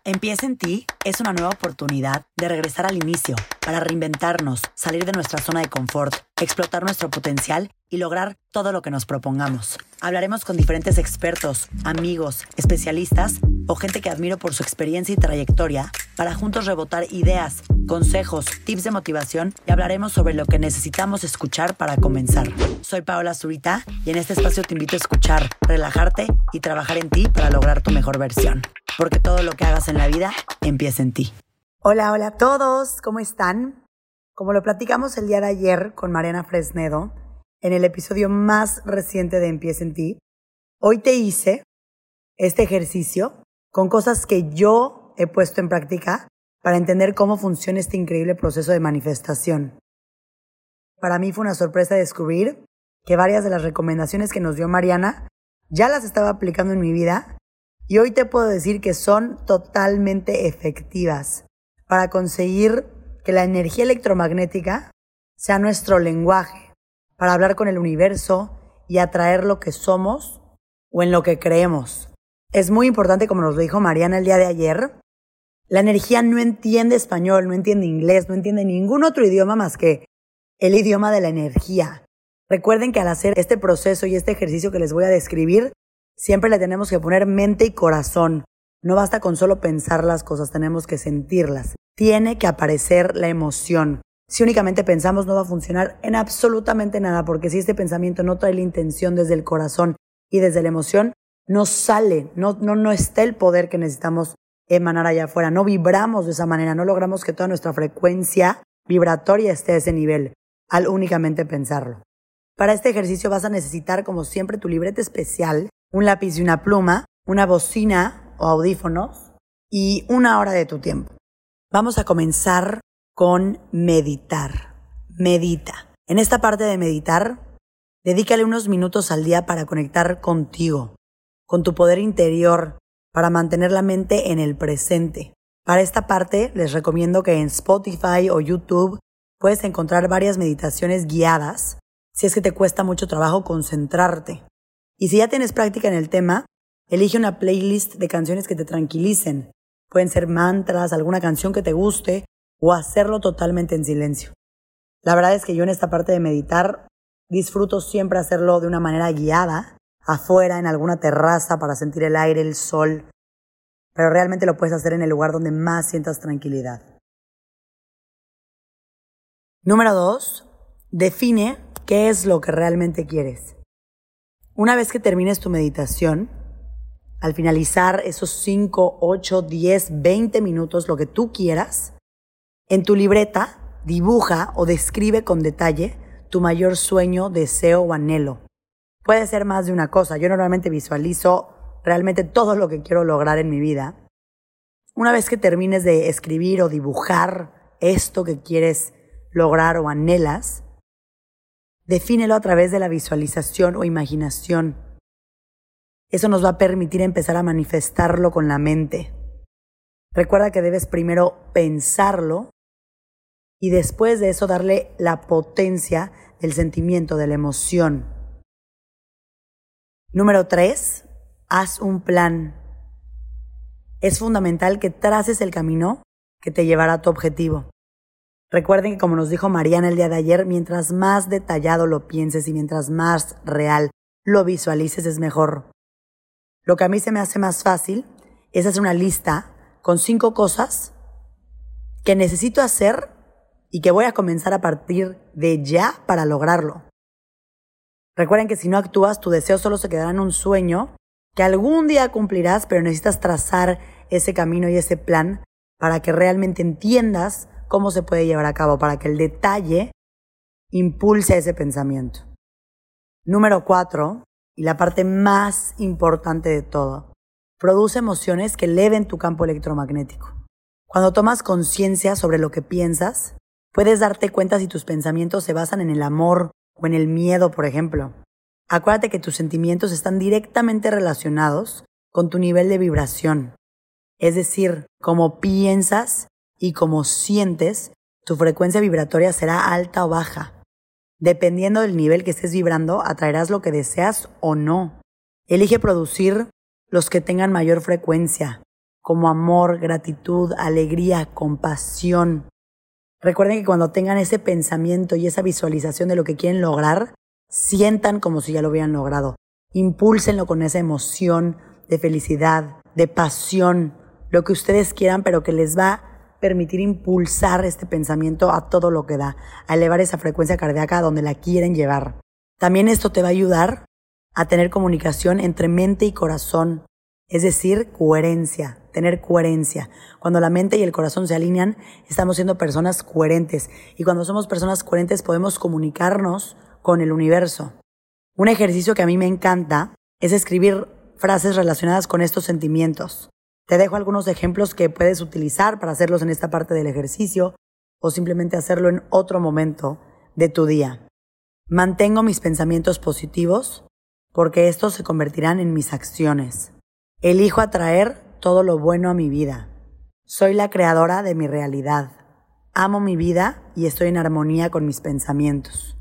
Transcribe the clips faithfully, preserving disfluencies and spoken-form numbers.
Empieza en ti es una nueva oportunidad de regresar al inicio, para reinventarnos, salir de nuestra zona de confort, explotar nuestro potencial y lograr todo lo que nos propongamos. Hablaremos con diferentes expertos, amigos, especialistas o gente que admiro por su experiencia y trayectoria para juntos rebotar ideas, consejos, tips de motivación y hablaremos sobre lo que necesitamos escuchar para comenzar. Soy Paola Zurita y en este espacio te invito a escuchar, relajarte y trabajar en ti para lograr tu mejor versión. Porque todo lo que hagas en la vida empieza en ti. Hola, hola a todos, ¿cómo están? Como lo platicamos el día de ayer con Mariana Fresnedo, en el episodio más reciente de Empieza en ti, hoy te hice este ejercicio con cosas que yo he puesto en práctica para entender cómo funciona este increíble proceso de manifestación. Para mí fue una sorpresa descubrir que varias de las recomendaciones que nos dio Mariana ya las estaba aplicando en mi vida y hoy te puedo decir que son totalmente efectivas para conseguir que la energía electromagnética sea nuestro lenguaje, para hablar con el universo y atraer lo que somos o en lo que creemos. Es muy importante, como nos lo dijo Mariana el día de ayer, la energía no entiende español, no entiende inglés, no entiende ningún otro idioma más que el idioma de la energía. Recuerden que al hacer este proceso y este ejercicio que les voy a describir, siempre le tenemos que poner mente y corazón. No basta con solo pensar las cosas, tenemos que sentirlas. Tiene que aparecer la emoción. Si únicamente pensamos no va a funcionar en absolutamente nada, porque si este pensamiento no trae la intención desde el corazón y desde la emoción, no sale, no, no, no está el poder que necesitamos emanar allá afuera. No vibramos de esa manera, no logramos que toda nuestra frecuencia vibratoria esté a ese nivel, al únicamente pensarlo. Para este ejercicio vas a necesitar, como siempre, tu libreta especial, un lápiz y una pluma, una bocina o audífonos y una hora de tu tiempo. Vamos a comenzar con meditar. Medita. En esta parte de meditar, dedícale unos minutos al día para conectar contigo, con tu poder interior, para mantener la mente en el presente. Para esta parte, les recomiendo que en Spotify o YouTube puedes encontrar varias meditaciones guiadas, si es que te cuesta mucho trabajo concentrarte. Y si ya tienes práctica en el tema, elige una playlist de canciones que te tranquilicen. Pueden ser mantras, alguna canción que te guste o hacerlo totalmente en silencio. La verdad es que yo en esta parte de meditar disfruto siempre hacerlo de una manera guiada, afuera, en alguna terraza para sentir el aire, el sol. Pero realmente lo puedes hacer en el lugar donde más sientas tranquilidad. Número dos, define qué es lo que realmente quieres. Una vez que termines tu meditación, al finalizar esos cinco, ocho, diez, veinte minutos, lo que tú quieras, en tu libreta dibuja o describe con detalle tu mayor sueño, deseo o anhelo. Puede ser más de una cosa. Yo normalmente visualizo realmente todo lo que quiero lograr en mi vida. Una vez que termines de escribir o dibujar esto que quieres lograr o anhelas, defínelo a través de la visualización o imaginación. Eso nos va a permitir empezar a manifestarlo con la mente. Recuerda que debes primero pensarlo y después de eso darle la potencia del sentimiento, de la emoción. Número tres, haz un plan. Es fundamental que traces el camino que te llevará a tu objetivo. Recuerden que, como nos dijo Mariana el día de ayer, mientras más detallado lo pienses y mientras más real lo visualices es mejor. Lo que a mí se me hace más fácil es hacer una lista con cinco cosas que necesito hacer y que voy a comenzar a partir de ya para lograrlo. Recuerden que si no actúas, tu deseo solo se quedará en un sueño que algún día cumplirás, pero necesitas trazar ese camino y ese plan para que realmente entiendas cómo se puede llevar a cabo, para que el detalle impulse ese pensamiento. Número cuatro, y la parte más importante de todo, produce emociones que eleven tu campo electromagnético. Cuando tomas conciencia sobre lo que piensas, puedes darte cuenta si tus pensamientos se basan en el amor o en el miedo, por ejemplo. Acuérdate que tus sentimientos están directamente relacionados con tu nivel de vibración. Es decir, cómo piensas y como sientes, tu frecuencia vibratoria será alta o baja. Dependiendo del nivel que estés vibrando, atraerás lo que deseas o no. Elige producir los que tengan mayor frecuencia, como amor, gratitud, alegría, compasión. Recuerden que cuando tengan ese pensamiento y esa visualización de lo que quieren lograr, sientan como si ya lo hubieran logrado. Impúlsenlo con esa emoción de felicidad, de pasión, lo que ustedes quieran, pero que les va a permitir impulsar este pensamiento a todo lo que da, a elevar esa frecuencia cardíaca a donde la quieren llevar. También esto te va a ayudar a tener comunicación entre mente y corazón, es decir, coherencia, tener coherencia. Cuando la mente y el corazón se alinean, estamos siendo personas coherentes. Y cuando somos personas coherentes podemos comunicarnos con el universo. Un ejercicio que a mí me encanta es escribir frases relacionadas con estos sentimientos. Te dejo algunos ejemplos que puedes utilizar para hacerlos en esta parte del ejercicio o simplemente hacerlo en otro momento de tu día. Mantengo mis pensamientos positivos porque estos se convertirán en mis acciones. Elijo atraer todo lo bueno a mi vida. Soy la creadora de mi realidad. Amo mi vida y estoy en armonía con mis pensamientos.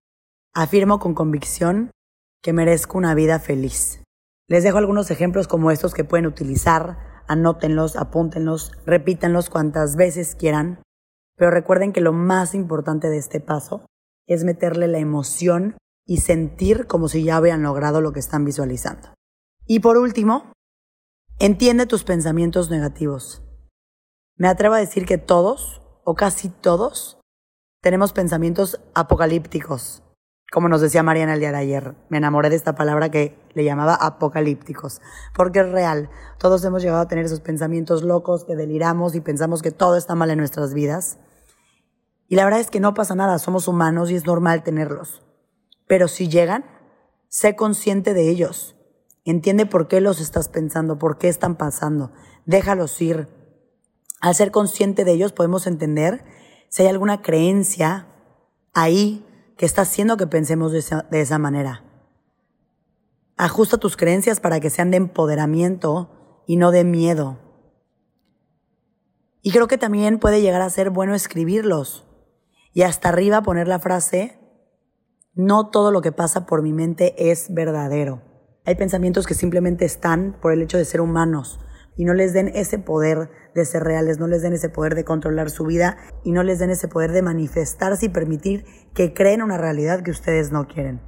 Afirmo con convicción que merezco una vida feliz. Les dejo algunos ejemplos como estos que pueden utilizar. Anótenlos, apúntenlos, repítanlos cuantas veces quieran. Pero recuerden que lo más importante de este paso es meterle la emoción y sentir como si ya habían logrado lo que están visualizando. Y por último, entiende tus pensamientos negativos. Me atrevo a decir que todos, o casi todos, tenemos pensamientos apocalípticos. Como nos decía Mariana el día de ayer, me enamoré de esta palabra que le llamaba apocalípticos, porque es real. Todos hemos llegado a tener esos pensamientos locos que deliramos y pensamos que todo está mal en nuestras vidas. Y la verdad es que no pasa nada, somos humanos y es normal tenerlos. Pero si llegan, sé consciente de ellos. Entiende por qué los estás pensando, por qué están pasando. Déjalos ir. Al ser consciente de ellos podemos entender si hay alguna creencia ahí que está haciendo que pensemos de esa, de esa manera. Ajusta tus creencias para que sean de empoderamiento y no de miedo. Y creo que también puede llegar a ser bueno escribirlos. Y hasta arriba poner la frase: no todo lo que pasa por mi mente es verdadero. Hay pensamientos que simplemente están por el hecho de ser humanos y no les den ese poder de ser reales, no les den ese poder de controlar su vida y no les den ese poder de manifestarse y permitir que creen una realidad que ustedes no quieren.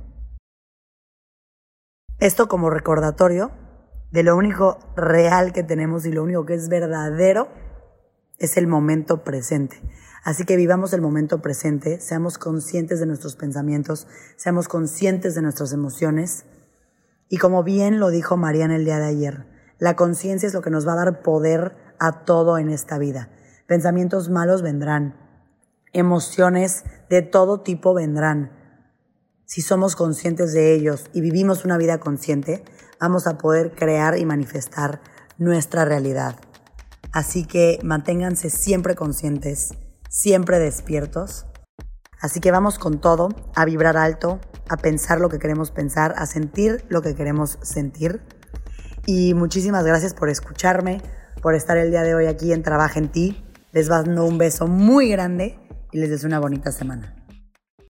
Esto como recordatorio de lo único real que tenemos y lo único que es verdadero es el momento presente. Así que vivamos el momento presente, seamos conscientes de nuestros pensamientos, seamos conscientes de nuestras emociones. Y como bien lo dijo Mariana el día de ayer, la conciencia es lo que nos va a dar poder a todo en esta vida. Pensamientos malos vendrán, emociones de todo tipo vendrán. Si somos conscientes de ellos y vivimos una vida consciente, vamos a poder crear y manifestar nuestra realidad. Así que manténganse siempre conscientes, siempre despiertos. Así que vamos con todo, a vibrar alto, a pensar lo que queremos pensar, a sentir lo que queremos sentir. Y muchísimas gracias por escucharme, por estar el día de hoy aquí en Trabaja en Ti. Les mando un beso muy grande y les deseo una bonita semana.